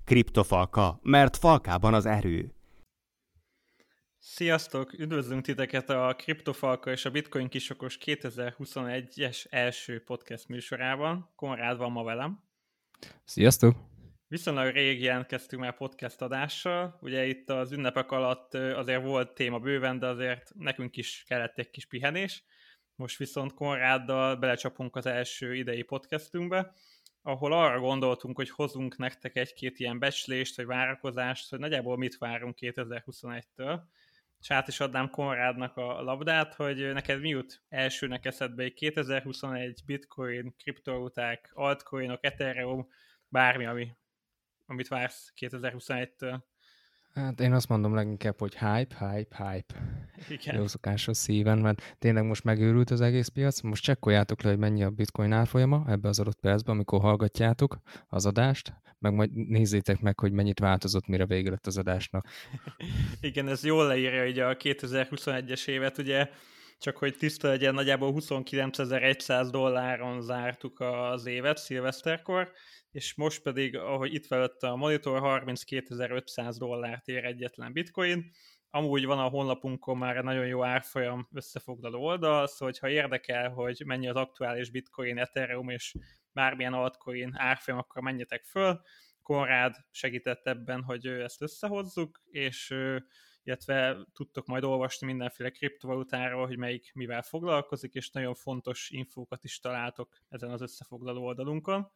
Kriptofalka, mert falkában az erő. Sziasztok! Üdvözlünk titeket a Kriptofalka és a Bitcoin Kisokos 2021-es első podcast műsorában. Konrád van ma velem. Sziasztok! Viszonylag rég jelentkeztünk már podcast adással. Ugye itt az ünnepek alatt azért volt téma bőven, de azért nekünk is kellett egy kis pihenés. Most viszont Konráddal belecsapunk az első idei podcastünkbe, ahol arra gondoltunk, hogy hozunk nektek egy-két ilyen becslést, vagy várakozást, hogy nagyjából mit várunk 2021-től. És át is adnám Konrádnak a labdát, hogy neked mi jut elsőnek eszedbe egy 2021 bitcoin, kriptovaluták, altcoinok, Ethereum, bármi, amit vársz 2021-től? Hát én azt mondom leginkább, hogy hype. Igen. Jó szokásos szíven, mert tényleg most megőrült az egész piac. Most csekkoljátok le, hogy mennyi a bitcoin árfolyama ebbe az adott percben, amikor hallgatjátok az adást, meg majd nézzétek meg, hogy mennyit változott, mire vége lett az adásnak. Igen, ez jól leírja ugye a 2021-es évet, ugye, csak hogy tiszta legyen, nagyjából $29,100 zártuk az évet szilveszterkor, és most pedig, ahogy itt felett a monitor, $32,500 ér egyetlen bitcoin. Amúgy van a honlapunkon már egy nagyon jó árfolyam összefoglaló oldal, szóval ha érdekel, hogy mennyi az aktuális bitcoin, Ethereum és bármilyen altcoin árfolyam, akkor menjetek föl. Konrád segített ebben, hogy ezt összehozzuk, és illetve tudtok majd olvasni mindenféle kriptovalutáról, hogy melyik mivel foglalkozik, és nagyon fontos infókat is találtok ezen az összefoglaló oldalunkon.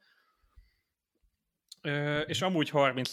És amúgy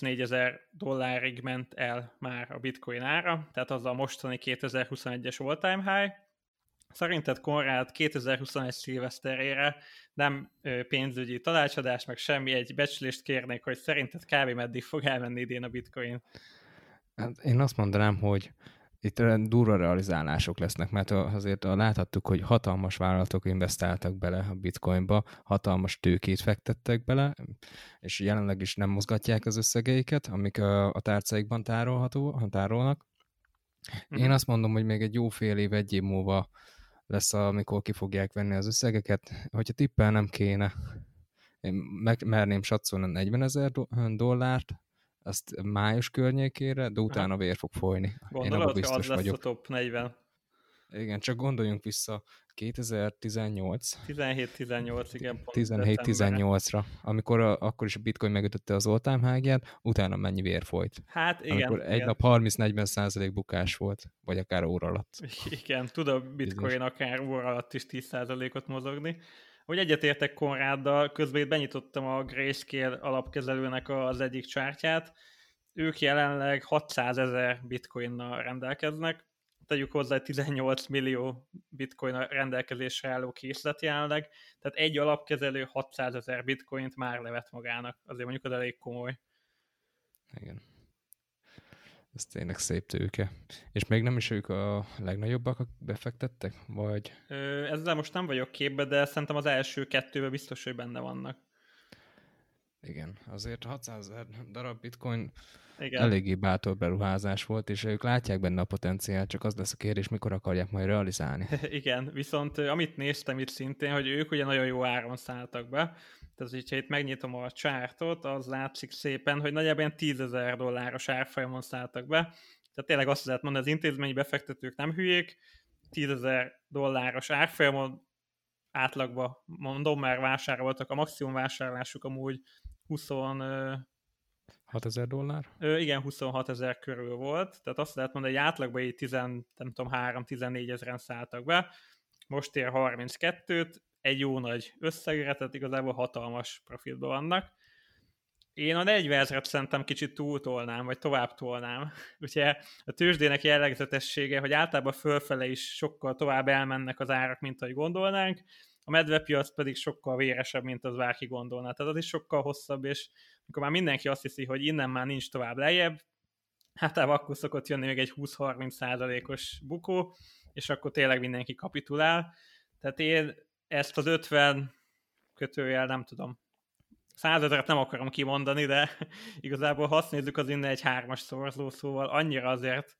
$34,000 ment el már a bitcoin ára, tehát az a mostani 2021-es all-time high. Szerinted, Konrád, 2021 szilveszterére nem pénzügyi tanácsadás, meg semmi, egy becslést kérnék, hogy szerinted kb. Meddig fog elmenni idén a bitcoin? Hát én azt mondanám, hogy itt durva realizálások lesznek, mert azért láthattuk, hogy hatalmas vállalatok investáltak bele a bitcoinba, hatalmas tőkét fektettek bele, és jelenleg is nem mozgatják az összegeiket, amik a tárcaikban tárolnak. Én azt mondom, hogy még egy jó fél év, egy év múlva lesz, amikor ki fogják venni az összegeket. Hogyha tippelnem kéne, én merném satszolni $40,000, azt május környékére, de utána vér fog folyni. Gondolod, hogy az lesz a top 40? Igen, csak gondoljunk vissza 2018. 17-18, igen. 17-18-ra, amikor akkor is a bitcoin megütötte az all-time high-ját, utána mennyi vér folyt. Hát igen. Amikor egy nap 30-40% bukás volt, vagy akár óra alatt. Igen, tud a bitcoin akár óra alatt is 10%-ot mozogni. Hogy egyetértek Konráddal, közben itt benyitottam a Grayscale alapkezelőnek az egyik csártyát. Ők jelenleg 600,000 bitcoinnal rendelkeznek. Tegyük hozzá, 18 millió bitcoin rendelkezésre álló készlet jelenleg, tehát egy alapkezelő 600,000 bitcoint már levet magának. Azért mondjuk az elég komoly. Igen. Ez tényleg szép tőke. És még nem is ők a legnagyobbak, akik befektettek? Vagy... Ezzel most nem vagyok képbe, de szerintem az első kettőben biztos, hogy benne vannak. Igen, azért 600,000 darab bitcoin igen. Eléggé bátor beruházás volt, és ők látják benne a potenciált, csak az lesz a kérdés, mikor akarják majd realizálni. Igen, viszont amit néztem itt szintén, hogy ők ugye nagyon jó áron szálltak be, tehát hogyha itt megnyitom a csártot, az látszik szépen, hogy nagyjából $10,000 árfolyamon szálltak be, tehát tényleg azt lehet mondani, az intézményi befektetők nem hülyék, $10,000 árfolyamon átlagban, mondom, már vásároltak, a maximum vásárlásuk amúgy 6,000 $? Igen, 26,000 körül volt, tehát azt lehet mondani, hogy átlagban így 3-14 ezeren szálltak be, most ér 32-t, egy jó nagy összegre, tehát igazából hatalmas profitban vannak. Én a 40,000-et szerintem kicsit túltolnám, vagy tovább tolnám. Ugye a tőzsdének jellegzetessége, hogy általában fölfele is sokkal tovább elmennek az árak, mint ahogy gondolnánk, a medvepiac pedig sokkal véresebb, mint az bárki gondolná. Tehát az is sokkal hosszabb, és amikor már mindenki azt hiszi, hogy innen már nincs tovább lejjebb, hát akkor szokott jönni még egy 20-30%-os bukó, és akkor tényleg mindenki kapitulál. Tehát én ezt az 50 kötőjel nem tudom. 100,000-et nem akarom kimondani, de igazából ha azt nézzük, az innen egy 3-as szorzó, szóval annyira azért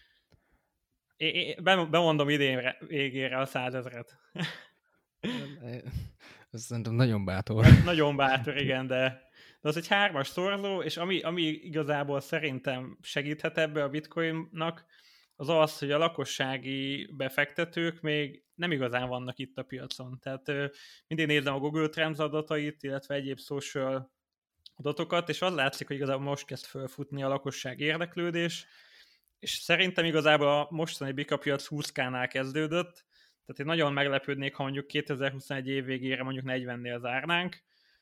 bemondom idén végére a 100,000-et. Ez szerintem nagyon bátor. Nagyon bátor, igen, de de az egy 3-as szorzó, és ami igazából szerintem segíthet ebbe a bitcoinnak, az az, hogy a lakossági befektetők még nem igazán vannak itt a piacon. Tehát mindig nézem a Google Trends adatait, illetve egyéb social adatokat, és az látszik, hogy igazából most kezd fölfutni a lakosság érdeklődés, és szerintem igazából a mostani Bika piac 20K-nál kezdődött, tehát én nagyon meglepődnék, ha mondjuk 2021 év végére mondjuk 40-nél zárnánk.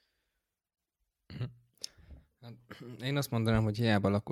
Én azt mondanám, hogy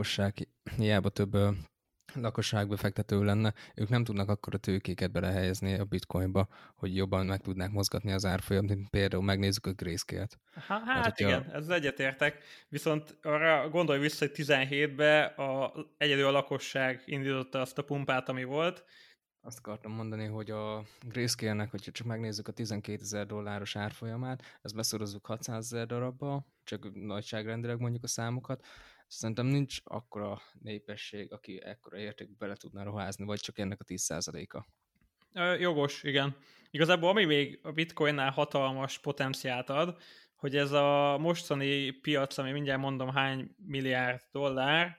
hiába több lakosságbefektető lenne, ők nem tudnak akkora tőkéket belehelyezni a bitcoinba, hogy jobban meg tudnák mozgatni az árfolyam, mint például megnézzük a Grayscale-t. Hát igen, ezzel egyetértek, viszont arra gondolj vissza, hogy 17-ben egyedül a lakosság indította azt a pumpát, ami volt. Azt akartam mondani, hogy a Grayscale-nek, hogyha csak megnézzük a $12,000 árfolyamát, ezt beszorozzuk 600,000 darabba, csak nagyságrendileg mondjuk a számokat, szerintem nincs akkora népesség, aki ekkora értékbe bele tudná ruházni, vagy csak ennek a 10%-a. Jogos, igen. Igazából ami még a bitcoinnál hatalmas potenciált ad, hogy ez a mostani piac, ami mindjárt mondom hány milliárd dollár,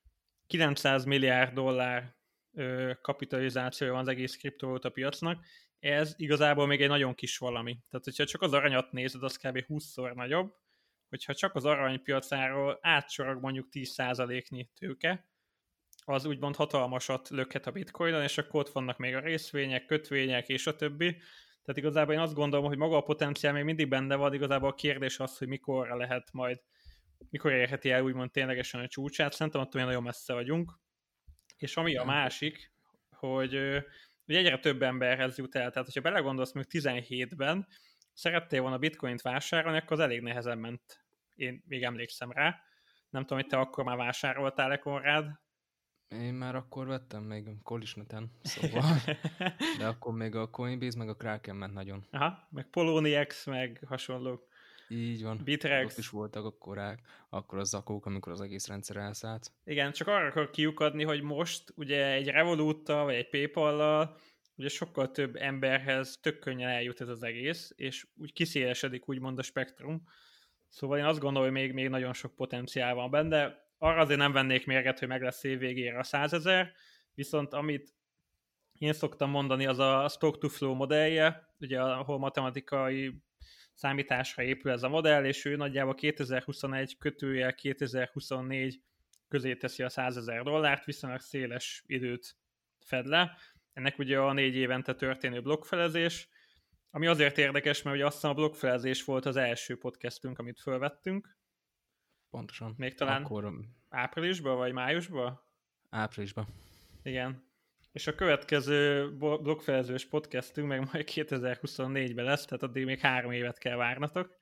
900 milliárd dollár kapitalizációja van az egész kriptovaluta piacnak, ez igazából még egy nagyon kis valami. Tehát, hogyha csak az aranyat nézed, az kb. 20-szor nagyobb, hogyha csak az aranypiacáról átsorog mondjuk 10%-nyi tőke, az úgymond hatalmasat lökhet a bitcoinon, és akkor ott vannak még a részvények, kötvények és a többi. Tehát igazából én azt gondolom, hogy maga a potenciál még mindig benne van, igazából a kérdés az, hogy mikorra lehet majd, mikor érheti el úgymond ténylegesen a csúcsát, szerintem attól nagyon messze vagyunk. És ami a másik, hogy egyre több emberhez jut el, tehát hogyha belegondolsz, még 17-ben szerettél volna bitcoint vásárolni, akkor az elég nehezen ment. Én még emlékszem rá. Nem tudom, hogy te akkor már vásároltál-e, Konrád? Én már akkor vettem még Colisneten, szóval, de akkor még a Coinbase meg a Kraken ment nagyon. Aha, meg Poloniex, meg hasonlók. Így van. Bitrex. Ott is voltak akkor a zakók, amikor az egész rendszer elszállt. Igen, csak arra akar kiukadni, hogy most ugye egy Revoluttal, vagy egy PayPal-lal ugye sokkal több emberhez tök könnyen eljut ez az egész, és úgy kiszélesedik úgymond a spektrum. Szóval én azt gondolom, hogy még nagyon sok potenciál van benne. Arra azért nem vennék mérget, hogy meg lesz év végére a 100 000, viszont amit én szoktam mondani, az a stock to flow modellje, ugye ahol matematikai számításra épül ez a modell, és ő nagyjából 2021 kötőjel 2024 közé teszi a 100 000 dollárt, viszonylag széles időt fed le. Ennek ugye a 4 évente történő blokkfelezés, ami azért érdekes, mert ugye azt hiszem a blokkfelezés volt az első podcastünk, amit fölvettünk. Pontosan. Még talán akkor áprilisban, vagy májusban? Áprilisban. Igen. És a következő blokkfelezős podcastünk meg majd 2024-ben lesz, tehát addig még 3 évet kell várnatok.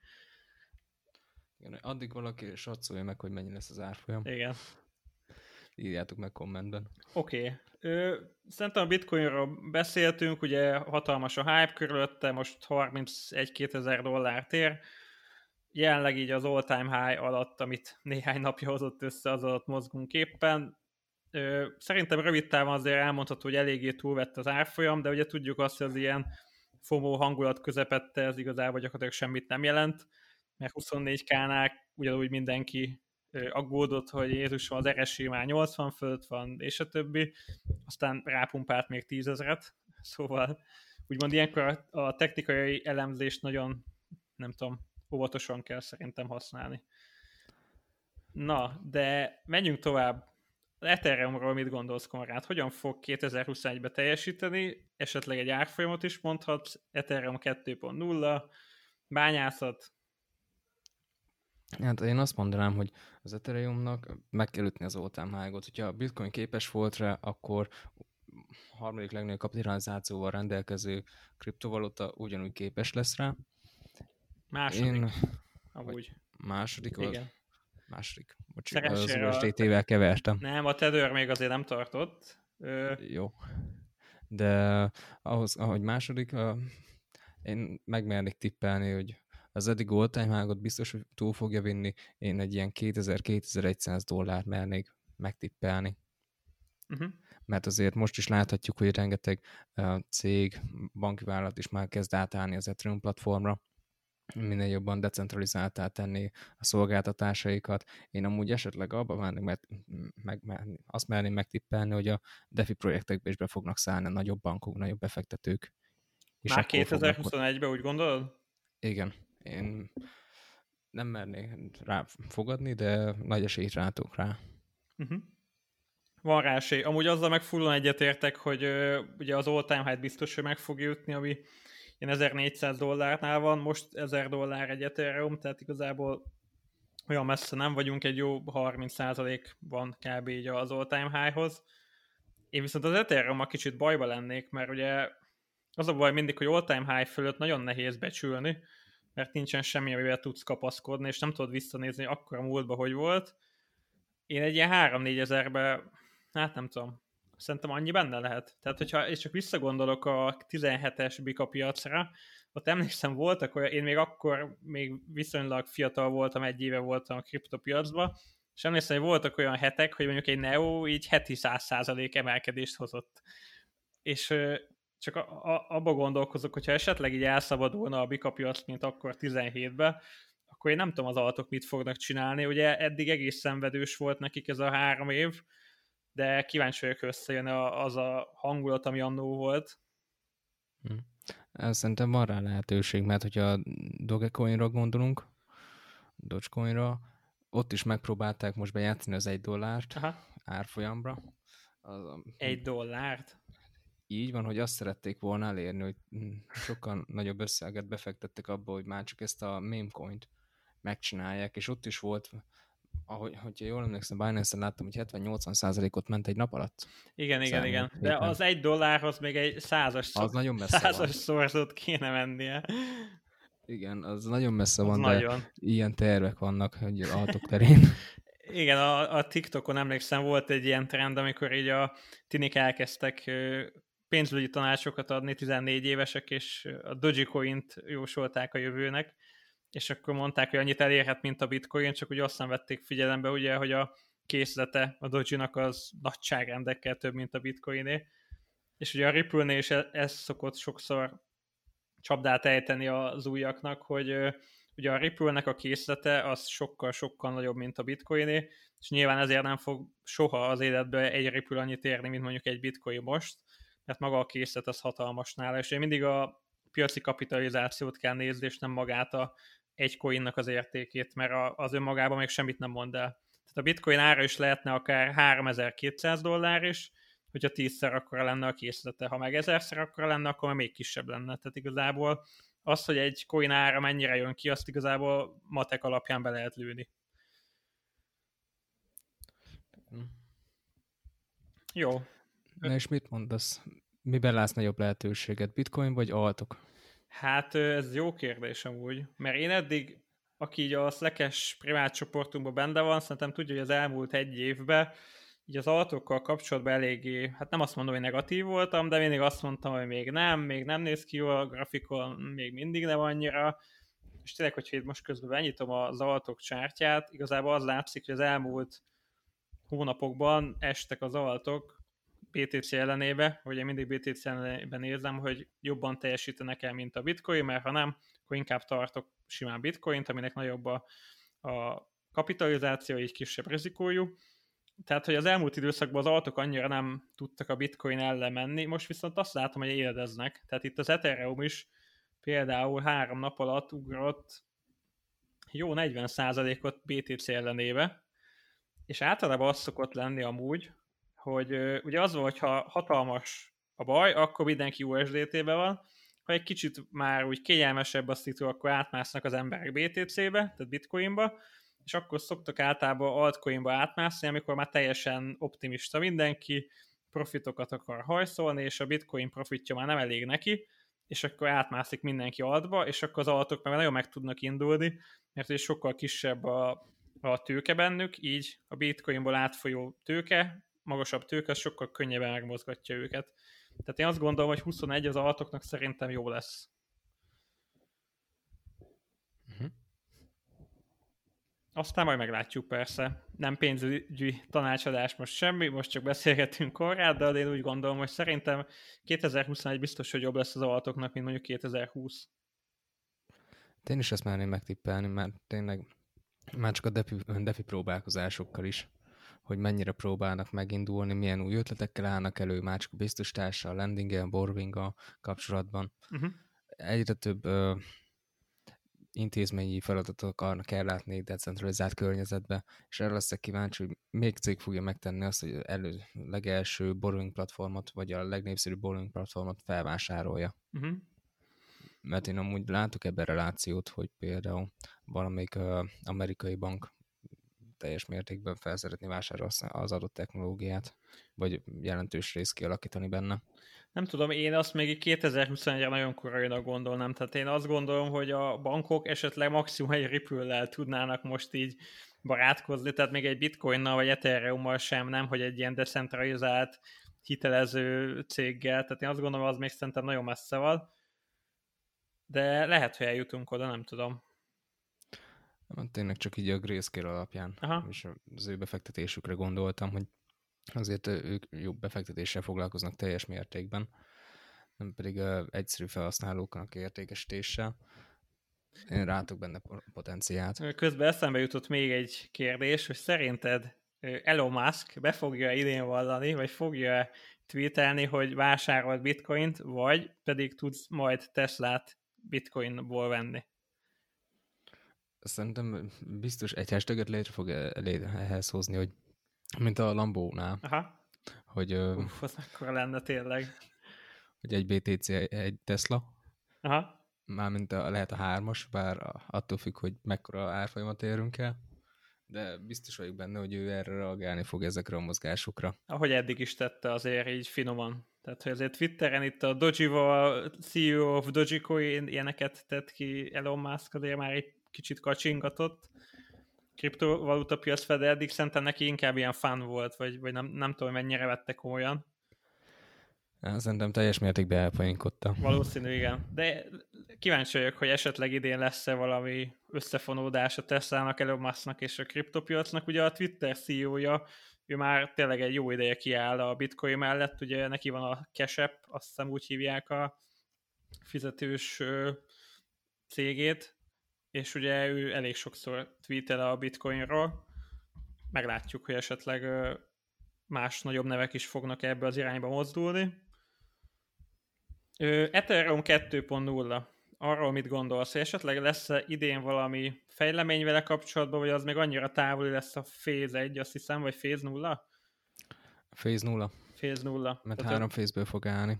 Igen, addig valaki satszolja meg, hogy mennyi lesz az árfolyam. Igen. Írjátok meg kommentben. Oké. Szerintem a bitcoinról beszéltünk, ugye hatalmas a hype körülötte, most 31-2 ezer dollárt ér. Jelenleg így az all-time high alatt, amit néhány napja hozott össze, az alatt mozgunk éppen. Szerintem rövid távon azért elmondható, hogy eléggé túlvett az árfolyam, de ugye tudjuk azt, hogy az ilyen FOMO hangulat közepette ez igazából gyakorlatilag semmit nem jelent, mert 24K-nál ugyanúgy mindenki aggódott, hogy Jézusom, az RSI már 80 fölött van, és a többi, aztán rápumpált még 10 000-et, szóval úgymond ilyenkor a technikai elemzést nagyon, nem tudom, óvatosan kell szerintem használni. Na, de menjünk tovább. Az Ethereumról mit gondolsz, Konrád? Hogyan fog 2021-ben teljesíteni? Esetleg egy árfolyamot is mondhatsz? Ethereum 2.0, bányászat? Hát én azt mondanám, hogy az Ethereumnak meg kell ütni az all-time high-ot. Hogyha a Bitcoin képes volt rá, akkor harmadik legnagyobb kapitalizációval rendelkező kriptovaluta ugyanúgy képes lesz rá. Második. Amúgy. Második? Igen. Második. Az USDT-vel kevertem. Nem, a Tether még azért nem tartott. Jó. De ahhoz, ahogy második, én megmernék tippelni, hogy az eddig all-time high-ot biztos, hogy túl fogja vinni. Én egy ilyen 2000-2100 dollárt mernék megtippelni. Mert azért most is láthatjuk, hogy rengeteg cég, banki vállalat is már kezd átállni az Ethereum platformra. minél jobban decentralizáltá tenni a szolgáltatásaikat. Én amúgy esetleg abba várnék, azt merném megtippelni, hogy a DeFi projektekbe is be fognak szállni nagyobb bankok, nagyobb befektetők. És Már akkor fognak... 2021-ben úgy gondolod? Igen. Én nem mernék rá fogadni, de nagy esélyt látok rá. Uh-huh. Van rá esély. Amúgy azzal meg fullon egyetértek, hogy ugye az all-time high biztos, hogy meg fog jutni, ami ilyen $1400 van, most $1000 egy Ethereum, tehát igazából olyan messze nem vagyunk, egy jó 30% van kb. Így az all-time high-hoz. Én viszont az Ethereum-mal kicsit bajba lennék, mert ugye az a baj mindig, hogy all-time high fölött nagyon nehéz becsülni, mert nincsen semmi, amivel tudsz kapaszkodni, és nem tudod visszanézni akkor a múltba, hogy volt. Én egy ilyen 3-4 ezerbe, hát nem tudom, szerintem annyi benne lehet. Tehát, hogyha és csak visszagondolok a 17-es Bika piacra, ott emlékszem voltak olyan, én még akkor még viszonylag fiatal voltam, 1 éve voltam a kriptopiacban, és emlékszem, hogy voltak olyan hetek, hogy mondjuk egy Neo így heti 100% emelkedést hozott. És csak abba gondolkozok, hogyha esetleg így elszabadulna a Bika piac, mint akkor 17-ben, akkor én nem tudom az altok mit fognak csinálni. Ugye eddig egész szenvedős volt nekik ez a 3 év, de kíváncsi vagyok, összejön az a hangulat, ami annó volt. Szerintem van rá lehetőség, mert hogyha a Dogecoinra gondolunk, Dogecoinra, ott is megpróbálták most bejátszani az $1 árfolyamra. $1? Így van, hogy azt szerették volna elérni, hogy sokkal nagyobb összeget befektettek abba, hogy már csak ezt a meme coint megcsinálják, és ott is volt, hogyha jól emlékszem, Binance-en láttam, hogy 70-80%-ot ment egy nap alatt. Igen. De az $1 még egy 100-as szorzót kéne mennie. Igen, az nagyon messze van, nagyon. De ilyen tervek vannak, hogy altok terén. Igen, a TikTokon emlékszem, volt egy ilyen trend, amikor így a tinik elkezdtek pénzügyi tanácsokat adni, 14 évesek, és a Dogecoint jósolták a jövőnek, és akkor mondták, hogy annyit elérhet, mint a Bitcoin, csak ugye azt nem vették figyelembe, ugye, hogy a készlete a Doge-nak az nagyságrendekkel több, mint a Bitcoiné. És ugye a Ripple-nél is ez szokott sokszor csapdát ejteni az újaknak, hogy ugye a Ripple-nek a készlete az sokkal-sokkal nagyobb, mint a Bitcoiné, és nyilván ezért nem fog soha az életbe egy Ripple annyit érni, mint mondjuk egy Bitcoin most, mert maga a készlet az hatalmas nála, és mindig a piaci kapitalizációt kell nézni, és nem magát egy coinnak az értékét, mert az önmagában még semmit nem mond el. Tehát a Bitcoin ára is lehetne akár $3200 is, hogyha 10-szer akkora lenne a készlete. Ha meg 1000-szer akkora lenne, akkor még kisebb lenne. Tehát igazából az, hogy egy coin ára mennyire jön ki, azt igazából matek alapján be lehet lőni. Jó. Na és mit mondasz? Miben látsz nagyobb lehetőséget? Bitcoin vagy altok? Hát ez jó kérdés amúgy, mert én eddig, aki így a Slack-es privát csoportunkban benne van, szerintem tudja, hogy az elmúlt 1 évben így az altokkal kapcsolatban eléggé, hát nem azt mondom, hogy negatív voltam, de mindig azt mondtam, hogy még nem néz ki jól a grafikon, még mindig nem annyira, és tényleg, hogyha itt most közben benyitom az altok csártyát, igazából az látszik, hogy az elmúlt hónapokban estek az altok BTC ellenébe, hogy én mindig BTC ellenében nézem, hogy jobban teljesítenek el, mint a Bitcoin, mert ha nem, akkor inkább tartok simán Bitcoint, aminek nagyobb a kapitalizáció, így kisebb rizikójú. Tehát, hogy az elmúlt időszakban az altok annyira nem tudtak a Bitcoin ellen menni, most viszont azt látom, hogy éledeznek. Tehát itt az Ethereum is például 3 nap alatt ugrott jó 40%-ot BTC ellenébe, és általában az szokott lenni amúgy, hogy ugye az van, hogyha hatalmas a baj, akkor mindenki USDT-be van, ha egy kicsit már úgy kényelmesebb a szitu, akkor átmásznak az emberek BTC-be, tehát Bitcoinba, és akkor szoktak általában altcoinba átmászni, amikor már teljesen optimista mindenki, profitokat akar hajszolni, és a Bitcoin profitja már nem elég neki, és akkor átmászik mindenki altba, és akkor az altok meg nagyon meg tudnak indulni, mert és sokkal kisebb a tőke bennük, így a Bitcoinból átfolyó tőke, magasabb tőke, az sokkal könnyebben megmozgatja őket. Tehát én azt gondolom, hogy 21 az altoknak szerintem jó lesz. Aztán majd meglátjuk persze. Nem pénzügyi tanácsadás most semmi, most csak beszélgetünk Konráddal, de én úgy gondolom, hogy szerintem 2021 biztos, hogy jobb lesz az altoknak, mint mondjuk 2020. Én is ezt merném megtippelni, mert tényleg már csak a defi próbálkozásokkal is, hogy mennyire próbálnak megindulni, milyen új ötletekkel állnak elő, már csak a biztosítással, landinggel, boardinggal kapcsolatban. Egyre több intézményi feladatot akarnak ellátni decentralizált környezetbe, és erre leszek kíváncsi, hogy még cég fogja megtenni azt, hogy legelső borrowing platformot, vagy a legnépszerűbb borrowing platformot felvásárolja. Mert én amúgy látok ebben relációt, hogy például valamelyik amerikai bank teljes mértékben fel szeretné vásárolni az adott technológiát, vagy jelentős részt kialakítani benne. Nem tudom, én azt még 2021-re nagyon korainak gondolnám. Tehát én azt gondolom, hogy a bankok esetleg maximum egy Ripple-lel tudnának most így barátkozni, tehát még egy Bitcoinnal vagy Ethereummal sem, nem, hogy egy ilyen decentralizált hitelező céggel. Tehát én azt gondolom, az még szerintem nagyon messze van. De lehet, hogy eljutunk oda, nem tudom. Tényleg csak így a Grayscale alapján, és az ő befektetésükre gondoltam, hogy azért ők jobb befektetéssel foglalkoznak teljes mértékben, nem pedig egyszerű felhasználóknak értékesítéssel. Én látok benne potenciált. Közben eszembe jutott még egy kérdés, hogy szerinted Elon Musk be fogja idén vallani, vagy fogja tweetelni, hogy vásárolt bitcoint, vagy pedig tudsz majd Teslát bitcoinból venni? Szerintem biztos egy hashtaget létre fog ehhez hozni, hogy mint a Lambónál. Hogy, az akkor lenne tényleg. Hogy egy BTC, egy Tesla. Mármint lehet a 3-as, bár attól függ, hogy mekkora árfolyamat érünk el. De biztos vagyok benne, hogy ő erre reagálni fog ezekre a mozgásokra. Ahogy eddig is tette azért így finoman. Tehát, hogy azért Twitteren itt a Dojival, CEO of Dogecoin ilyeneket tett ki Elon Musk, azért már egy kicsit kacsingatott. Kriptovaluta piac fede, eddig szerintem neki inkább ilyen fun volt, vagy nem tudom, mennyire vette komolyan. Szerintem teljes mértékben elpoinkodta. Valószínű, igen. De kíváncsi vagyok, hogy esetleg idén lesz-e valami összefonódás a Teslának, Elon Musknak és a kriptopiacnak. Ugye a Twitter CEO-ja, ő már tényleg egy jó ideje kiáll a Bitcoin mellett, ugye neki van a Cash App, azt hiszem úgy hívják a fizetős cégét, és ugye ő elég sokszor tweetel a Bitcoinról. Meglátjuk, hogy esetleg más nagyobb nevek is fognak ebbe az irányba mozdulni. Ethereum 2.0. Arról mit gondolsz, hogy esetleg lesz idén valami fejlemény vele kapcsolatban, vagy az még annyira távoli lesz a Phase 1, azt hiszem, vagy Phase 0? Phase 0. Phase 0. Mert 3 phase-ből fog állni.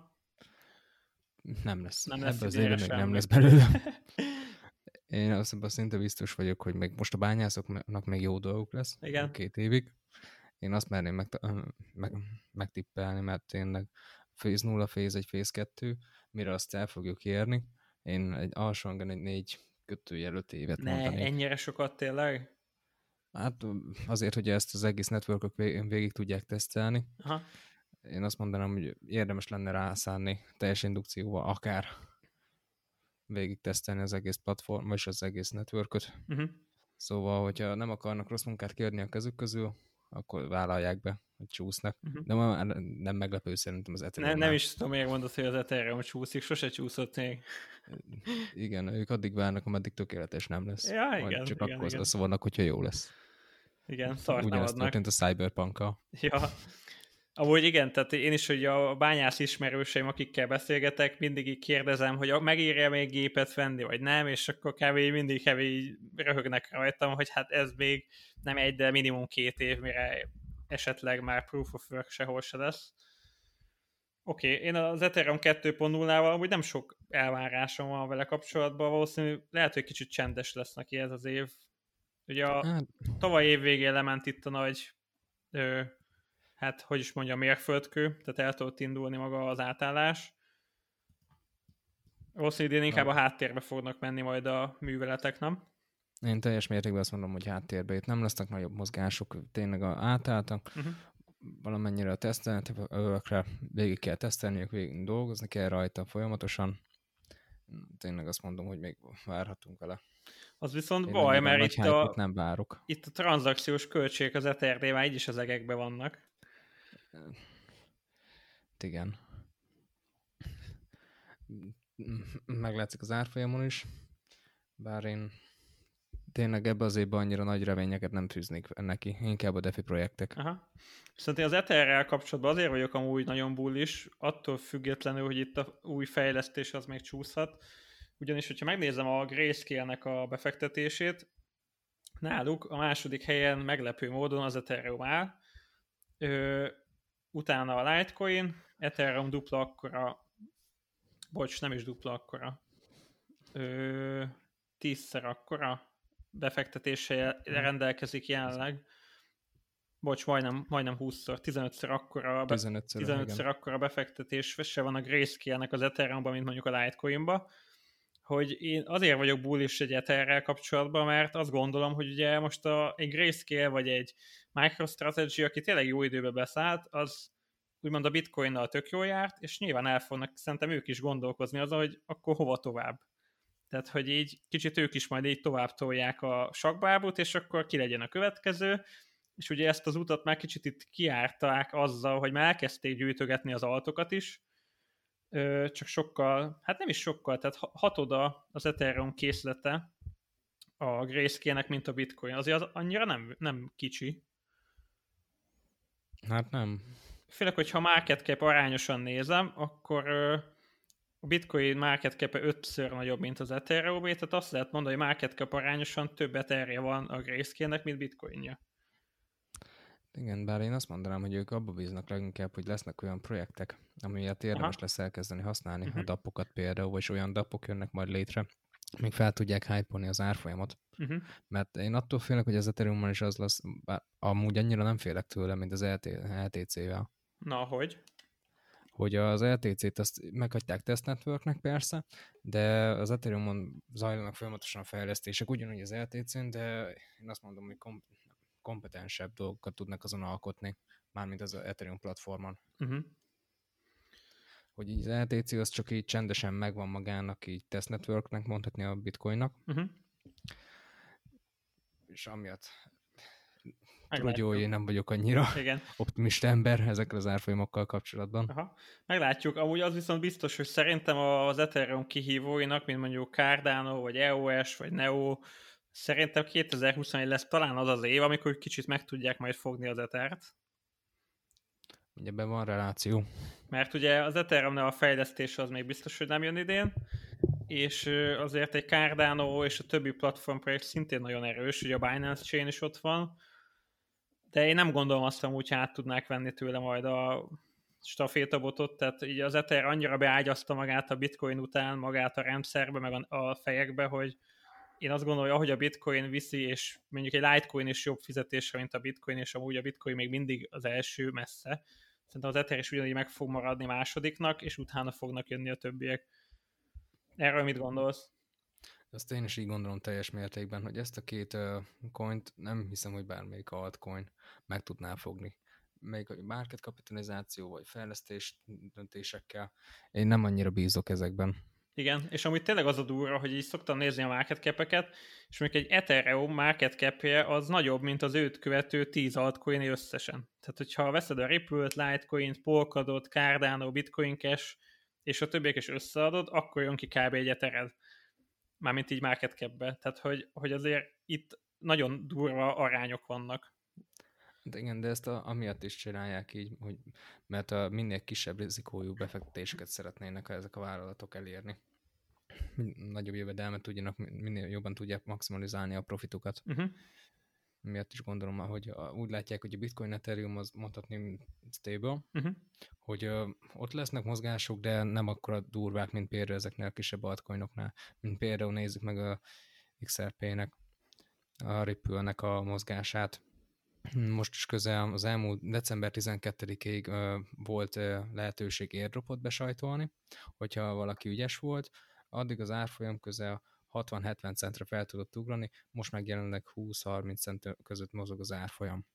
Nem lesz. Nem lesz ebben az évben még nem lesz belőle. Én azt szinte biztos vagyok, hogy még most a bányászoknak még jó dolguk lesz. Igen. 2 évig. Én azt merném megtippelni, mert tényleg Phase 0, Phase 1, Phase 2, mire azt el fogjuk érni. Én egy alsóhangon egy 4 5 évet mondanék. Ennyire sokat tényleg? Hát azért, hogy ezt az egész networkok végig tudják tesztelni. Én azt mondanám, hogy érdemes lenne rászánni teljes indukcióval, akár végig tesztelni az egész platform, és az egész networköt. Szóval, hogyha nem akarnak rossz munkát kiadni a kezük közül, akkor vállalják be, hogy csúsznak. De ma nem meglepő szerintem az Ethereum. Nem is tudom, miért mondod, hogy az Ethereum csúszik, sose csúszott még. Igen, ők addig várnak, ameddig tökéletes nem lesz. Ja, igen, csak igen, akkor igen. azt vannak, hogyha jó lesz. Igen, szart ugyanezt történt a Cyberpunk-kal. Ja. Amúgy igen, tehát én is, hogy a bányász ismerőseim, akikkel beszélgetek, mindig így kérdezem, hogy megírja még gépet venni, vagy nem, és akkor mindig röhögnek rajtam, hogy hát ez még nem 1, de minimum 2 év, mire esetleg már proof of work sehol se lesz. Oké, én az Ethereum 2.0-val amúgy nem sok elvárásom van vele kapcsolatban, valószínű lehet, hogy kicsit csendes lesz neki ez az év. Ugye tavaly év végén lement itt a nagy hát, hogy is mondjam, mérföldkő, tehát el tudott indulni maga az átállás. Valószínűleg inkább a háttérbe fognak menni majd a műveletek, nem? Én teljes mértékben azt mondom, hogy háttérbe itt nem lesznek nagyobb mozgások, tényleg átálltak. Valamennyire a tesztelőkre végig kell tesztelniük, végig dolgozni kell rajta folyamatosan. Tényleg azt mondom, hogy még várhatunk vele. Az viszont baj, mert nem várok. Itt a tranzakciós költségek az Ether-nél már így is az egekben vannak. Igen. Meglátszik az árfolyamon is. Bár én tényleg ebbe az évben annyira nagy reményeket nem fűznék neki, inkább a DeFi projektek. Aha. Viszont én az Etherrel kapcsolatban azért vagyok amúgy nagyon bullish, attól függetlenül, hogy itt a új fejlesztés az még csúszhat. Ugyanis, hogyha megnézem a Grayscale-nek a befektetését, náluk a második helyen meglepő módon az Ethereum áll, utána a Litecoin, Ethereum dupla akkora, nem is dupla akkora, 10-szer akkora befektetéssel rendelkezik jelenleg. Majdnem 20-szor, 15-ször akkora, 15-ször akkora befektetés se van a Grayscale-nek az Ethereumban, mint mondjuk a Litecoinba, hogy én azért vagyok bullish egy Etherrel kapcsolatban, mert azt gondolom, hogy ugye most egy Grayscale vagy egy MicroStrategy, aki tényleg jó időbe beszállt, az úgymond a Bitcoinnal tök jól járt, és nyilván el fognak szerintem ők is gondolkozni azon, hogy akkor hova tovább. Tehát, hogy így kicsit ők is majd így tovább tolják a sakkbábút, és akkor ki legyen a következő, és ugye ezt az utat már kicsit itt kiárták azzal, hogy már elkezdték gyűjtögetni az altokat is, csak sokkal, hát nem is sokkal, tehát hatoda az Ethereum készlete a Grayscale-nek, mint a Bitcoin. Azért az annyira nem kicsi. Hát nem. Főleg, hogyha market cap arányosan nézem, akkor a Bitcoin market cap-e 5-ször nagyobb, mint az Ethereum-é, tehát azt lehet mondani, hogy market cap arányosan több Etherje van a Grayscale-nek, mint Bitcoinja. Igen, bár én azt mondanám, hogy ők abba bíznak leginkább, hogy lesznek olyan projektek, amilyet érdemes lesz elkezdeni használni, a DApp-okat például, vagy olyan DApp-ok jönnek majd létre, még fel tudják hype-olni az árfolyamot. Mert én attól félek, hogy az Ethereum-on is az lesz, bár amúgy annyira nem félek tőle, mint az LTC-vel. Na, hogy? Hogy az LTC-t azt meghagyták test networknek persze, de az Ethereum-on zajlanak folyamatosan a fejlesztések, ugyanúgy az LTC-n, de én azt mondom, hogy kompetensebb dolgokat tudnak azon alkotni, mármint az Ethereum platformon. Hogy így az LTC az csak így csendesen megvan magának, így test networknek mondhatni a Bitcoinnak. És amiatt tudod jó, hogy én nem vagyok annyira optimista ember ezekkel az árfolyamokkal kapcsolatban. Aha. Meglátjuk. Amúgy az viszont biztos, hogy szerintem az Ethereum kihívóinak, mint mondjuk Cardano, vagy EOS, vagy Neo, szerintem 2021 lesz talán az az év, amikor kicsit meg tudják majd fogni az Ethert. Ugye ebben van reláció. Mert ugye az Ethereumnál a fejlesztés az még biztos, hogy nem jön idén, és azért egy Cardano és a többi platformprojekt szintén nagyon erős, ugye a Binance Chain is ott van, de én nem gondolom azt, hogy úgy át tudnák venni tőle majd a stafétabotot, tehát így az Ether annyira beágyazta magát a Bitcoin után, magát a rendszerbe, meg a fejekbe, hogy én azt gondolom, hogy ahogy a Bitcoin viszi, és mondjuk egy Litecoin is jobb fizetésre, mint a Bitcoin, és amúgy a Bitcoin még mindig az első messze. Szerintem az Ether is ugyanígy meg fog maradni másodiknak, és utána fognak jönni a többiek. Erről mit gondolsz? Ezt én is így gondolom teljes mértékben, hogy ezt a két coint nem hiszem, hogy bármelyik altcoin meg tudná fogni. Még a market kapitalizáció vagy fejlesztés döntésekkel én nem annyira bízok ezekben. Igen, és amúgy tényleg az a durva, hogy így szoktam nézni a market cap-eket, és mondjuk egy Ethereum market cap-je az nagyobb, mint az őt követő 10 altcoin összesen. Tehát, hogyha veszed a Ripple-t, Litecoin-t, Polkadot, Cardano, Bitcoin Cash, és a többiek is összeadod, akkor jön ki kb. Egy Ethered. Mármint így market cap-be. Tehát, hogy azért itt nagyon durva arányok vannak. De igen, de ezt amiatt is csinálják így, hogy, mert a minél kisebb rizikójú befektetéseket szeretnének ezek a vállalatok elérni. Nagyobb jövedelmet tudjanak, minél jobban tudják maximalizálni a profitukat. Miatt is gondolom, hogy úgy látják, hogy a Bitcoin Ethereum az mondhatni stable, hogy ott lesznek mozgások, de nem akkora durvák, mint például ezeknél a kisebb altcoinoknál. Mint például nézzük meg a XRP-nek, a Ripple-nek a mozgását. Most is közel az elmúlt december 12-ig volt lehetőség airdropot besajtolni, hogyha valaki ügyes volt, addig az árfolyam közel 60-70 centre fel tudott ugrani, most meg jelenleg 20-30 cent között mozog az árfolyam.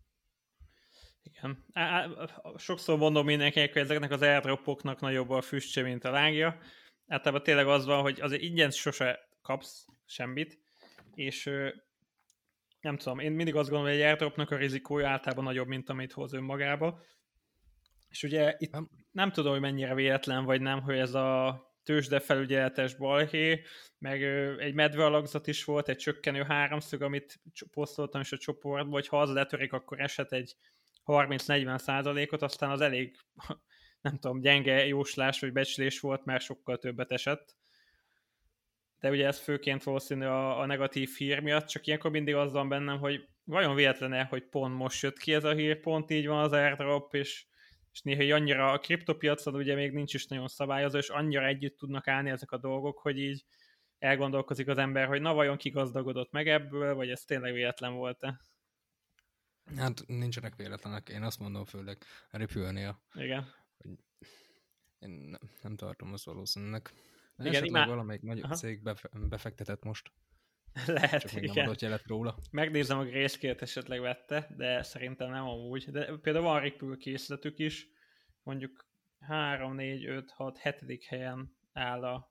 Igen. Sokszor mondom mindenkinek, hogy ezeknek az airdropoknak nagyobb a füstje, mint a lángja. Általában tényleg az van, hogy azért ingyen sose kapsz semmit, és nem tudom, én mindig azt gondolom, hogy egy airdropnak a rizikója általában nagyobb, mint amit hoz önmagába. És ugye itt nem tudom, hogy mennyire véletlen vagy nem, hogy ez a tőzsdefelügyeletes balhé, meg egy medvealakzat is volt, egy csökkenő háromszög, amit posztoltam is a csoportban, hogy ha az letörik, akkor esett egy 30-40%-ot, aztán az elég, nem tudom, gyenge jóslás vagy becslés volt, mert sokkal többet esett. De ugye ez főként valószínű a negatív hír miatt, csak ilyenkor mindig az van bennem, hogy vajon véletlen-e, hogy pont most jött ki ez a hír, pont így van az airdrop, és néha annyira a kriptopiacon ugye még nincs is nagyon szabályozó, és annyira együtt tudnak állni ezek a dolgok, hogy így elgondolkozik az ember, hogy na vajon ki gazdagodott meg ebből, vagy ez tényleg véletlen volt-e? Hát nincsenek véletlenek, én azt mondom főleg a Ripple-nél. Igen. Én nem tartom azt valószínűleg. Igen, esetleg valamelyik nagy cég befektetett most. Lehet, csak még igen. nem adott jelet róla. Megnézem, a Grayscale-t esetleg vette, de szerintem nem amúgy. De például van Ripple készletük is, mondjuk 3, 4, 5, 6, 7. helyen áll a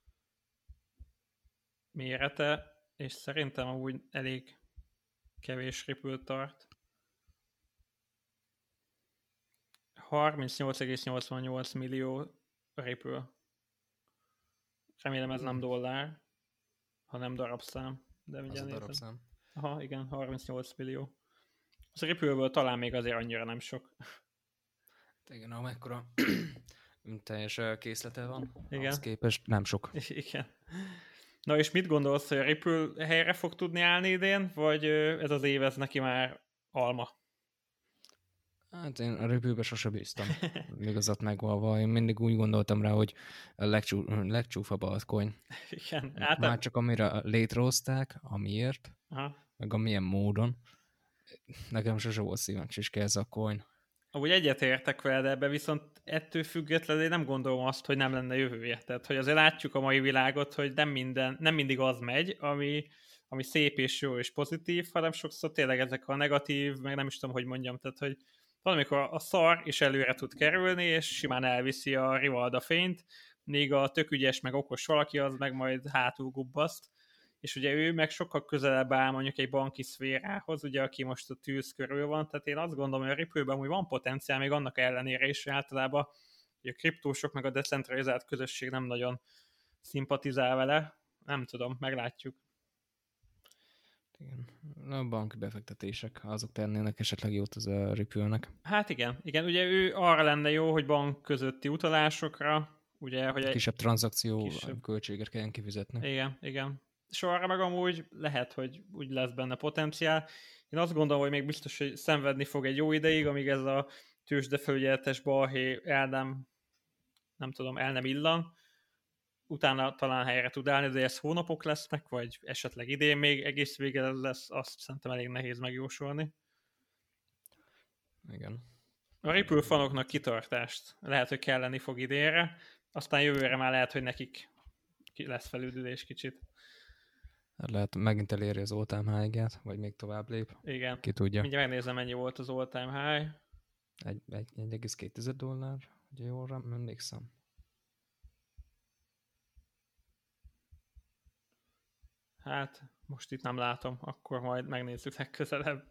mérete, és szerintem amúgy elég kevés Ripple tart. 38,88 millió Ripple. Remélem ez nem dollár, hanem darabszám. De Az a darabszám. Aha, igen, 38 millió. Az Ripple-ből talán még azért annyira nem sok. Igen, amekkora teljes készlete van, igen. ahhoz képest nem sok. Igen. Na és mit gondolsz, hogy a Ripple helyre fog tudni állni idén, vagy ez az év ez neki már alma? Hát én a Ripple-be sose bíztam, igazat megvalva. Én mindig úgy gondoltam rá, hogy a legcsúfabb altcoin. Igen. Már csak amire létrehozták, amiért, meg amilyen módon. Nekem sose volt szívancsiske ez a coin. Amúgy egyetértek veled ebbe, viszont ettől függetlenül én nem gondolom azt, hogy nem lenne jövője. Tehát, hogy azért látjuk a mai világot, hogy nem mindig az megy, ami szép és jó és pozitív, hanem sokszor tényleg ezek a negatív, meg nem is tudom, hogy mondjam, tehát, hogy valamikor a szar is előre tud kerülni, és simán elviszi a rivalda fényt, még a tök ügyes, meg okos valaki az meg majd hátul gubbaszt, és ugye ő meg sokkal közelebb áll mondjuk egy banki szférához, ugye, aki most a tűz körül van, tehát én azt gondolom, hogy a Ripple-ben úgy van potenciál, még annak ellenére is általában, hogy a kriptósok meg a decentralizált közösség nem nagyon szimpatizál vele, nem tudom, meglátjuk. Igen. A banki befektetések, azok tennének esetleg jót az a Ripple-nek. Hát igen, ugye ő arra lenne jó, hogy bank közötti utalásokra, ugye, hogy egy kisebb tranzakció költséget kelljen kifizetni. Igen. És arra meg amúgy lehet, hogy úgy lesz benne potenciál. Én azt gondolom, hogy még biztos, hogy szenvedni fog egy jó ideig, amíg ez a tőzsdefelügyeletes balhé el nem illan. Utána talán helyre tud állni, de ez hónapok lesznek, vagy esetleg idén még egész vége lesz, azt szerintem elég nehéz megjósolni. Igen. A Ripple fanoknak kitartást lehet, hogy kelleni fog idénre, aztán jövőre már lehet, hogy nekik lesz felüdülés kicsit. Lehet megint eléri az all-time high-ját, vagy még tovább lép. Igen. Ki tudja. Mindjárt megnézem, mennyi volt az all-time high. 1,2 dollár, ugye jól emlékszem. Hát, most itt nem látom, akkor majd megnézzük legközelebb.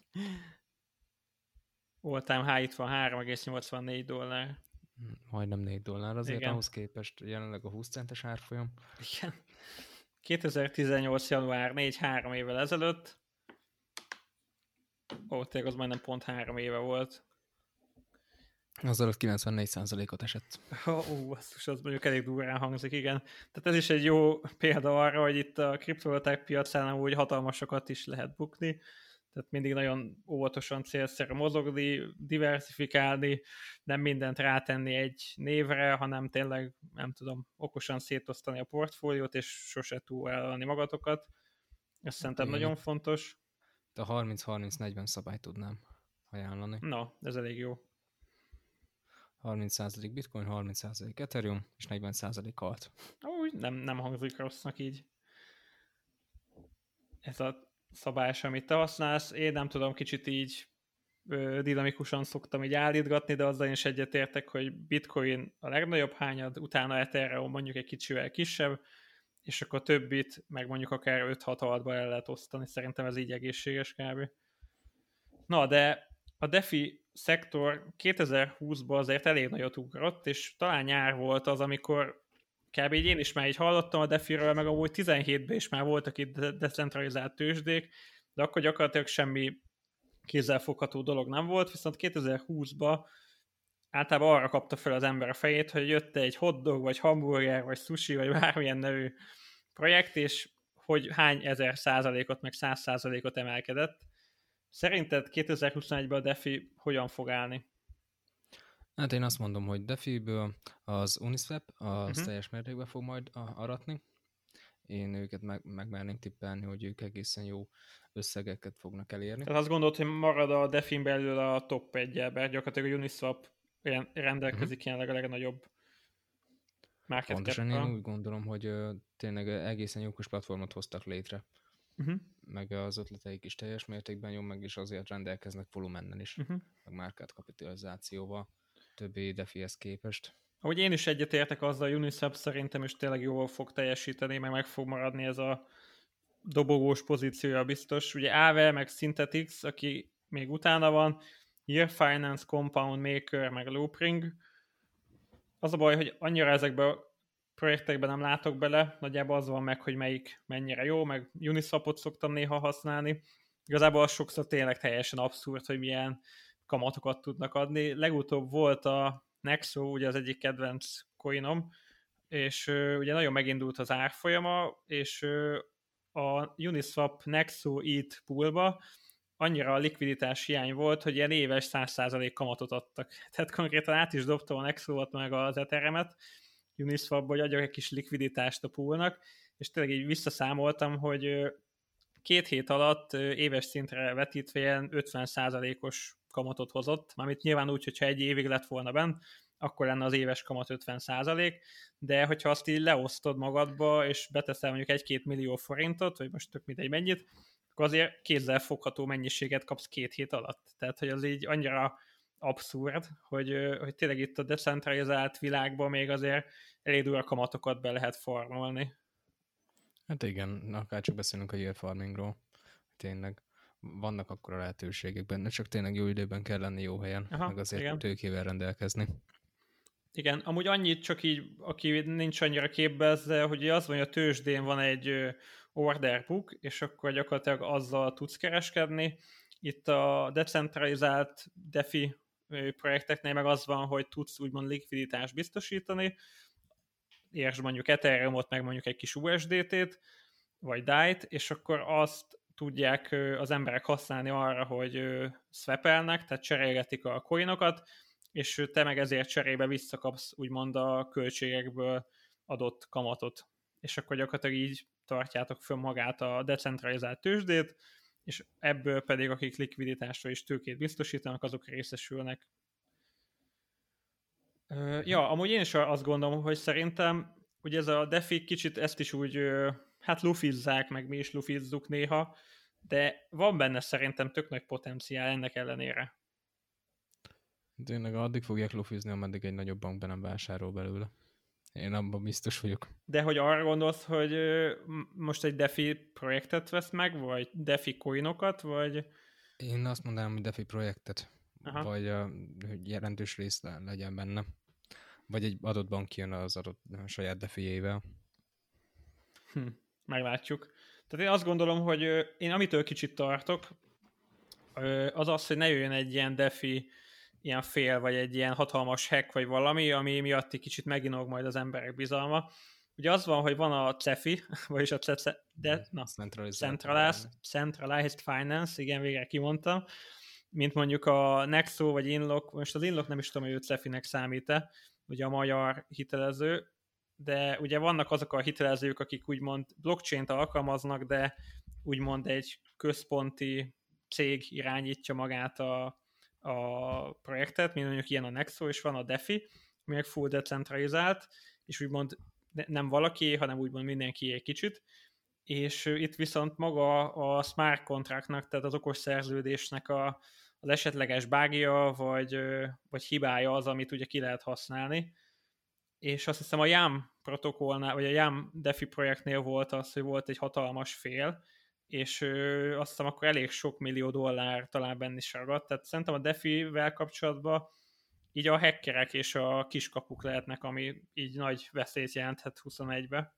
All-time high itt van 3,84 dollár. Majdnem 4 dollár, azért igen. Ahhoz képest jelenleg a 20 centes árfolyam. Igen. 2018. január 4-3 évvel ezelőtt. Tényleg az majdnem pont 3 éve volt. Az alatt 94%-ot esett. Basszus, az mondjuk elég durván hangzik, igen. Tehát ez is egy jó példa arra, hogy itt a kriptovaluták piacán úgy hatalmasokat is lehet bukni. Tehát mindig nagyon óvatosan célszerű mozogni, diversifikálni, nem mindent rátenni egy névre, hanem tényleg, nem tudom, okosan szétosztani a portfóliót, és sose túlvállalni magatokat. Ez szerintem nagyon fontos. De a 30-30-40 szabályt tudnám ajánlani. Na, ez elég jó. 30% bitcoin, 30% ethereum, és 40% alt. Úgy nem hangzik rossznak így. Ez a szabály, amit te használsz, én nem tudom, kicsit így dinamikusan szoktam így állítgatni, de azzal is egyetértek, hogy bitcoin a legnagyobb hányad, utána ethereum mondjuk egy kicsivel kisebb, és akkor többit, meg mondjuk akár 5-6 altba el lehet osztani. Szerintem ez így egészséges kb. Na, de a DeFi szektor 2020-ban azért elég nagyot ugrott, és talán nyár volt az, amikor kb. Így én is már így hallottam a DeFi-ről, meg amúgy 17-ben is már voltak itt decentralizált tőzsdék, de akkor gyakorlatilag semmi kézzelfogható dolog nem volt, viszont 2020-ban általában arra kapta fel az ember a fejét, hogy jött egy hotdog, vagy hamburger, vagy sushi, vagy bármilyen nevű projekt, és hogy hány 1000%-ot, meg 100%-ot emelkedett. Szerinted 2021-ben a DeFi hogyan fog állni? Hát én azt mondom, hogy DeFi-ből az Uniswap az teljes mértékben fog majd aratni. Én őket megmerném tippelni, hogy ők egészen jó összegeket fognak elérni. Tehát azt gondolod, hogy marad a DeFi-n belül a top 1-jel, mert gyakorlatilag a Uniswap rendelkezik jelenleg a legnagyobb market Pontosan cap-kal. én úgy gondolom, hogy tényleg egészen jókos platformot hoztak létre. Meg az ötleteik is teljes mértékben jó, meg is azért rendelkeznek volumennel is, meg market kapitalizációval többi DeFi-hez képest. Ahogy én is egyetértek azzal, a Uniswap szerintem is tényleg jól fog teljesíteni, meg fog maradni ez a dobogós pozíciója biztos. Ugye Aave, meg Synthetix, aki még utána van, Year Finance, Compound Maker, meg Loopring. Az a baj, hogy annyira ezekben a projektekben nem látok bele, nagyjából az van meg, hogy melyik mennyire jó, meg Uniswapot szoktam néha használni. Igazából az sokszor tényleg teljesen abszurd, hogy milyen kamatokat tudnak adni. Legutóbb volt a Nexo, ugye az egyik kedvenc coinom, és ugye nagyon megindult az árfolyama, és a Uniswap Nexo ETH poolba annyira a likviditás hiány volt, hogy ilyen éves 100% kamatot adtak. Tehát konkrétan át is dobtam a Nexo-ot meg az Etheremet Uniswapba, hogy adjak egy kis likviditást a poolnak, és tényleg így visszaszámoltam, hogy 2 hét alatt éves szintre vetítve ilyen 50%-os kamatot hozott, mármint nyilván úgy, hogyha egy évig lett volna benn, akkor lenne az éves kamat 50%, de hogyha azt így leosztod magadba, és beteszel mondjuk 1-2 millió forintot, vagy most tök mindegy mennyit, akkor azért kézzel fogható mennyiséget kapsz 2 hét alatt. Tehát, hogy az így annyira abszurd, hogy tényleg itt a decentralizált világban még azért elég durva kamatokat be lehet farmolni. Hát igen, akár csak beszélünk a yield farmingról, tényleg vannak akkora lehetőségek benne, csak tényleg jó időben kell lenni jó helyen, meg azért igen. Tőkével rendelkezni. Igen, amúgy annyit csak így, aki nincs annyira képbe ezzel, hogy az van, hogy a tőzsdén van egy order book, és akkor gyakorlatilag azzal tudsz kereskedni. Itt a decentralizált DeFi projekteknél meg az van, hogy tudsz úgymond likviditást biztosítani, értsd mondjuk Ethereumot, meg mondjuk egy kis USDT-t, vagy DAI-t, és akkor azt tudják az emberek használni arra, hogy swapelnek, tehát cserélgetik a coinokat, és te meg ezért cserébe visszakapsz úgymond a költségekből adott kamatot. És akkor gyakorlatilag így tartjátok föl magát a decentralizált tőzsdét, és ebből pedig akik likviditásra és tőkét biztosítanak, azok részesülnek. Ja, amúgy én is azt gondolom, hogy szerintem ugye ez a DeFi kicsit ezt is úgy hát lufizzák, meg mi is lufizzuk néha, de van benne szerintem tök nagy potenciál ennek ellenére. Tényleg addig fogják lufizni, ameddig egy nagyobb bank be nem vásárol belőle. Én abban biztos vagyok. De hogy arra gondolsz, hogy most egy DeFi projektet vesz meg, vagy DeFi coinokat, vagy... Én azt mondanám, hogy DeFi projektet, vagy hogy jelentős rész legyen benne. Vagy egy adott bank jön az adott saját DeFi-jével. Meglátjuk. Tehát én azt gondolom, hogy én amitől kicsit tartok, az az, hogy ne jöjjön egy ilyen DeFi ilyen fél, vagy egy ilyen hatalmas hack, vagy valami, ami miatt egy kicsit meginog majd az emberek bizalma. Ugye az van, hogy van a CeFi, vagyis a Centralized Finance, igen, végre kimondtam, mint mondjuk a Nexo, vagy Inlock, most az Inlock nem is tudom, hogy ő CeFi-nek számít-e, ugye a magyar hitelező, de ugye vannak azok a hitelezők, akik úgymond blockchain-t alkalmaznak, de úgymond egy központi cég irányítja magát a projektet, mint mondjuk ilyen a Nexo, és van a DeFi, ami full decentralizált, és úgymond nem valaki, hanem úgymond mindenki egy kicsit, és itt viszont maga a smart contractnak, tehát az okos szerződésnek az esetleges bugja, vagy hibája az, amit ugye ki lehet használni, és azt hiszem a YAM protokollnál, vagy a YAM DeFi projektnél volt az, hogy volt egy hatalmas fél, és azt hiszem akkor elég sok millió dollár talán benne is ragadt, tehát szerintem a DeFi-vel kapcsolatban így a hackerek és a kiskapuk lehetnek, ami így nagy veszélyt jelenthet 21-be.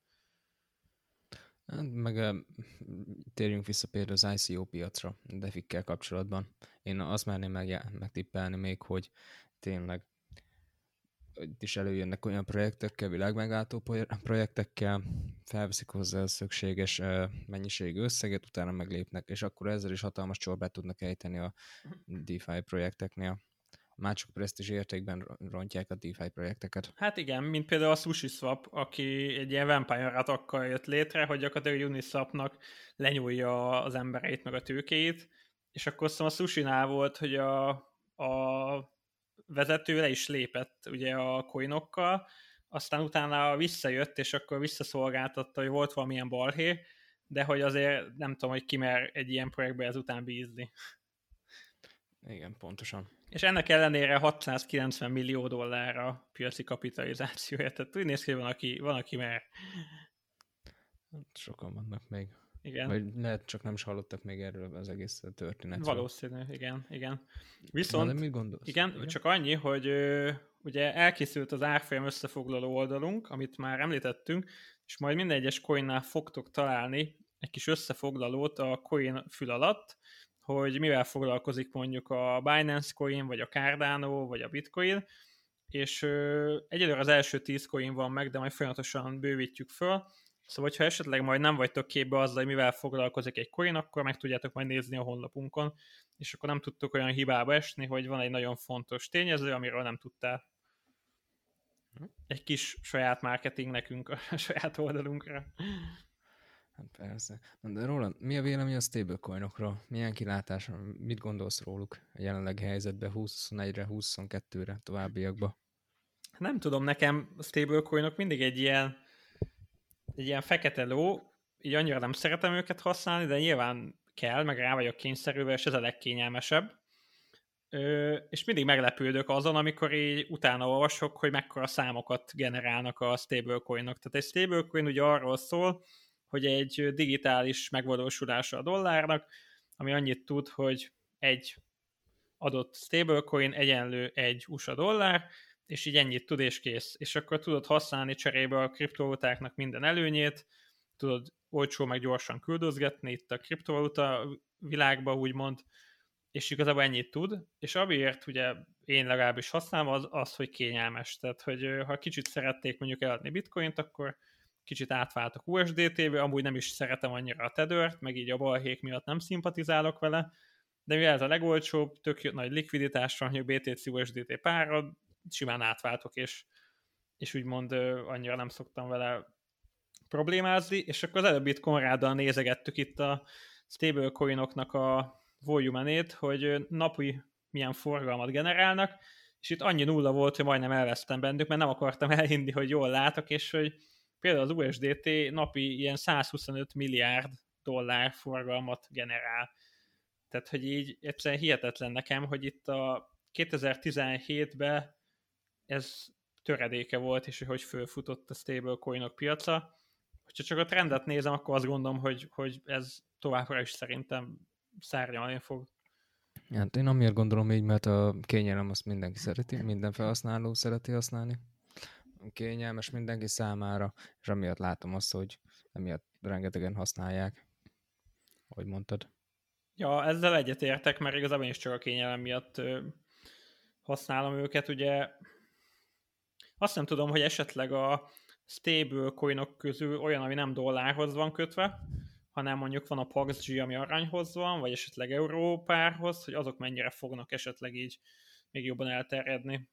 Meg térjünk vissza például az ICO piacra, defikkel kapcsolatban. Én azt merném megtippelni még, hogy tényleg itt is előjönnek olyan projektekkel, világmegváltó projektekkel, felveszik hozzá a szükséges mennyiségű összeget, utána meglépnek, és akkor ezzel is hatalmas csorbát tudnak ejteni a DeFi projekteknél. Már csak presztízs értékben rontják a DeFi projekteket. Hát igen, mint például a SushiSwap, aki egy ilyen vampire atakkal jött létre, hogy gyakorlatilag Uniswapnak lenyúlja az embereit, meg a tőkéit, és akkor szóval a Sushi-nál volt, hogy a vezető le is lépett ugye a coinokkal, aztán utána visszajött, és akkor visszaszolgáltatta, hogy volt valamilyen balhé, de hogy azért nem tudom, hogy ki mer egy ilyen projektbe ezután bízni. Igen, pontosan. És ennek ellenére 690 millió dollárra piaci kapitalizációja, tehát úgy néz ki, hogy van, aki mer. Sokan vannak még. Igen. Vagy lehet, csak nem is hallottak még erről az egész történetről. Valószínű, igen. Viszont, na, de mit gondolsz? Igen, csak annyi, hogy ugye elkészült az árfolyam összefoglaló oldalunk, amit már említettünk, és majd minden egyes coinnál fogtok találni egy kis összefoglalót a coin fül alatt, hogy mivel foglalkozik mondjuk a Binance Coin, vagy a Cardano, vagy a Bitcoin, és egyelőre az első 10 coin van meg, de majd folyamatosan bővítjük föl, szóval, ha esetleg majd nem vagytok képbe azzal, hogy mivel foglalkozik egy coin, akkor meg tudjátok majd nézni a honlapunkon, és akkor nem tudtok olyan hibába esni, hogy van egy nagyon fontos tényező, amiről nem tudtál. Egy kis saját marketing nekünk a saját oldalunkra. Hát persze. De Roland, mi a vélemény a stablecoinokról? Milyen kilátás? Mit gondolsz róluk a jelenlegi helyzetben 2021-re, 2022-re, továbbiakba? Nem tudom, nekem a stablecoinok mindig egy ilyen fekete ló, így annyira nem szeretem őket használni, de nyilván kell, meg rá vagyok kényszerülve, és ez a legkényelmesebb. És mindig meglepődök azon, amikor így utána olvasok, hogy mekkora számokat generálnak a stablecoinok. Tehát egy stablecoin ugye arról szól, hogy egy digitális megvalósulása a dollárnak, ami annyit tud, hogy egy adott stablecoin egyenlő egy USA dollár, és így ennyit tud, és kész. És akkor tudod használni cserébe a kriptovalutáknak minden előnyét, tudod olcsó meg gyorsan küldözgetni itt a kriptovaluta világba, úgymond, és igazából ennyit tud, és amiért ugye én legalábbis használom, az, hogy kényelmes. Tehát, hogy ha kicsit szerették mondjuk eladni bitcoint, akkor kicsit átváltok USDT-be, amúgy nem is szeretem annyira a Tethert, meg így a balhék miatt nem szimpatizálok vele, de mivel ez a legolcsóbb, tök nagy likviditás van, mondjuk BTC-USDT párra, simán átváltok, és úgymond annyira nem szoktam vele problémázni, és akkor az előbb itt Konráddal nézegettük itt a stablecoinoknak a volumenét, hogy napi milyen forgalmat generálnak, és itt annyi nulla volt, hogy majdnem elvesztem bennük, mert nem akartam elhinni, hogy jól látok, és hogy például az USDT napi ilyen 125 milliárd dollár forgalmat generál. Tehát, hogy így egyszerűen hihetetlen nekem, hogy itt a 2017-ben ez töredéke volt, és hogy fölfutott a stablecoinok piaca. Ha csak a trendet nézem, akkor azt gondolom, hogy ez továbbra is szerintem szárnyalni fog. Hát én amiért gondolom így, mert a kényelem azt mindenki szereti, minden felhasználó szereti használni. Kényelmes mindenki számára, és amiatt látom azt, hogy emiatt rengetegen használják, ahogy mondtad. Ja, ezzel egyetértek, mert igazából én is csak a kényelem miatt használom őket. Ugye azt nem tudom, hogy esetleg a stablecoinok közül olyan, ami nem dollárhoz van kötve, hanem mondjuk van a PAXG, ami aranyhoz van, vagy esetleg európárhoz, hogy azok mennyire fognak esetleg így még jobban elterjedni.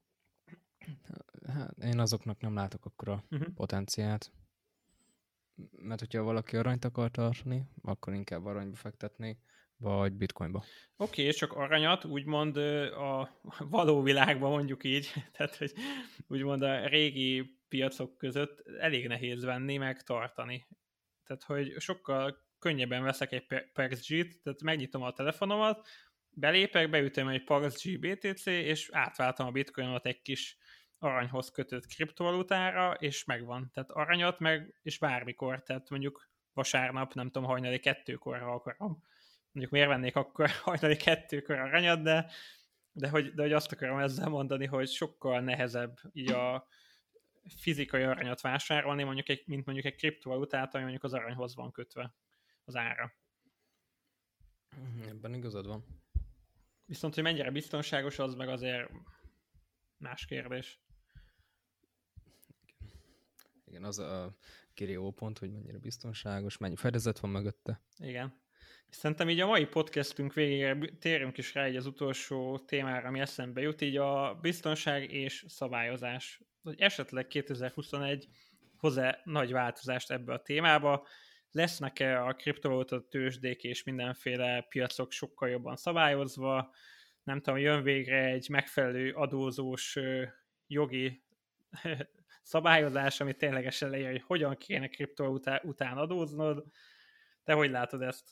Hát, én azoknak nem látok akkora potenciált. Mert hogyha valaki aranyt akar tartani, akkor inkább aranyba fektetni, vagy bitcoinba. Oké, csak aranyat úgymond a való világban mondjuk így, tehát hogy úgymond a régi piacok között elég nehéz venni, meg tartani. Tehát, hogy sokkal könnyebben veszek egy PAXG-t, tehát megnyitom a telefonomat, belépek, beütöm egy PAXG BTC, és átváltam a bitcoinomat egy kis aranyhoz kötött kriptovalutára, és megvan. Tehát aranyat meg, és bármikor, tehát mondjuk vasárnap, nem tudom, hajnali 2-kor, ha akarom. Mondjuk miért vennék akkor hajnali 2-kor aranyat, de de hogy azt akarom ezzel mondani, hogy sokkal nehezebb így a fizikai aranyat vásárolni, mint mondjuk egy kriptovalutát, ami mondjuk az aranyhoz van kötve az ára. Ebben igazad van. Viszont, hogy mennyire biztonságos, az meg azért más kérdés. Igen, az a kirívó pont, hogy mennyire biztonságos, mennyi fedezet van mögötte. Igen. Szerintem így a mai podcastünk végére térjünk is rá egy az utolsó témára, ami eszembe jut, így a biztonság és szabályozás. Hogy esetleg 2021 hoz-e nagy változást ebbe a témába, lesznek-e a kriptovaluta tőzsdék és mindenféle piacok sokkal jobban szabályozva, nem tudom, jön végre egy megfelelő adózós jogi szabályozás, ami ténylegesen leír, hogy hogyan kéne kriptovaluta után adóznod. Te hogy látod ezt?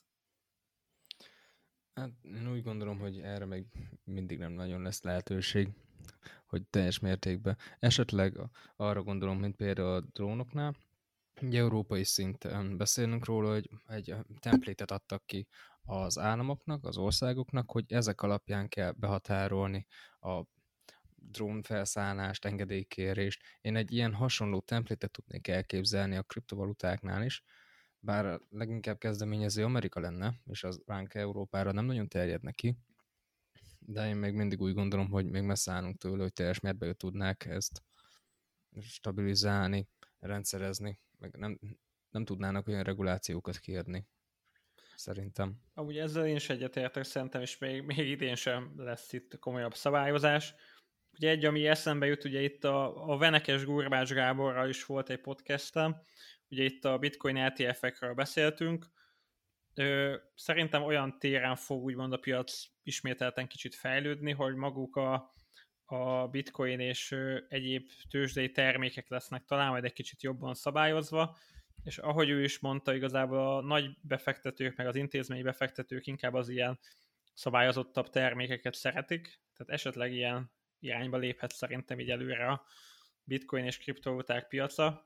Hát én úgy gondolom, hogy erre még mindig nem nagyon lesz lehetőség, hogy teljes mértékben. Esetleg arra gondolom, mint például a drónoknál, egy európai szinten beszélünk róla, hogy egy templétet adtak ki az államoknak, az országoknak, hogy ezek alapján kell behatárolni a drónfelszállást, engedélykérést. Én egy ilyen hasonló templétet tudnék elképzelni a kriptovalutáknál is, bár leginkább kezdeményező Amerika lenne, és az ránk Európára nem nagyon terjed neki, de én még mindig úgy gondolom, hogy még messze állunk tőle, hogy teljes mértékben tudnák ezt stabilizálni, rendszerezni, meg nem tudnának olyan regulációkat kiadni, szerintem. Amúgy ezzel én is egyetértek, szerintem, és még idén sem lesz itt komolyabb szabályozás. Ugye egy, ami eszembe jut, ugye itt a Venekes Gurbács Gáborral is volt egy podcastem, ugye itt a Bitcoin ETF-ekről beszéltünk. Szerintem olyan téren fog úgymond a piac ismételten kicsit fejlődni, hogy maguk a Bitcoin és egyéb tőzsdei termékek lesznek talán majd egy kicsit jobban szabályozva, és ahogy ő is mondta, igazából a nagy befektetők, meg az intézményi befektetők inkább az ilyen szabályozottabb termékeket szeretik, tehát esetleg ilyen irányba léphet szerintem így előre a Bitcoin és kriptovaluták piaca.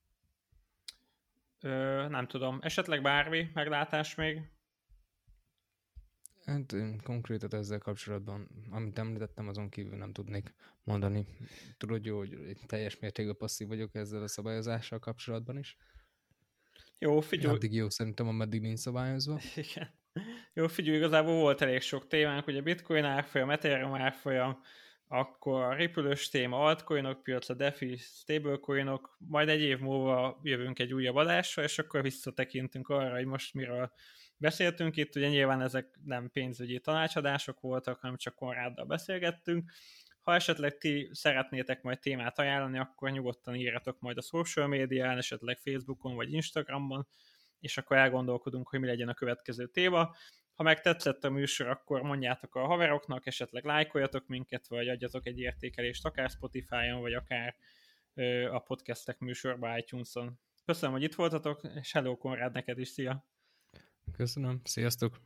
Nem tudom, esetleg bármi meglátás még? Hát én konkrétat ezzel kapcsolatban, amit említettem, azon kívül nem tudnék mondani. Tudod jó, hogy teljes mértékben passzív vagyok ezzel a szabályozással kapcsolatban is. Jó, figyelj. Addig jó, szerintem, ameddig nincs szabályozva. Igen. Jó, figyelj, igazából volt elég sok témánk, ugye Bitcoin árfolyam, Ethereum árfolyam, akkor a repülős téma, altcoinok piaca, DeFi, stablecoinok, majd egy év múlva jövünk egy újabb adásra, és akkor visszatekintünk arra, hogy most miről beszéltünk itt. Ugye nyilván ezek nem pénzügyi tanácsadások voltak, hanem csak Konráddal beszélgettünk. Ha esetleg ti szeretnétek majd témát ajánlani, akkor nyugodtan írjatok majd a social médián, esetleg Facebookon vagy Instagramon, és akkor elgondolkodunk, hogy mi legyen a következő téma. Ha meg tetszett a műsor, akkor mondjátok a haveroknak, esetleg lájkoljatok minket, vagy adjatok egy értékelést akár Spotify-on, vagy akár a podcastek műsorba iTunes-on. Köszönöm, hogy itt voltatok, és hello Konrád, neked is, szia! Köszönöm, sziasztok!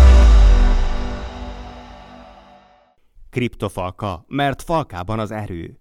Kriptofalka, mert falkában az erő.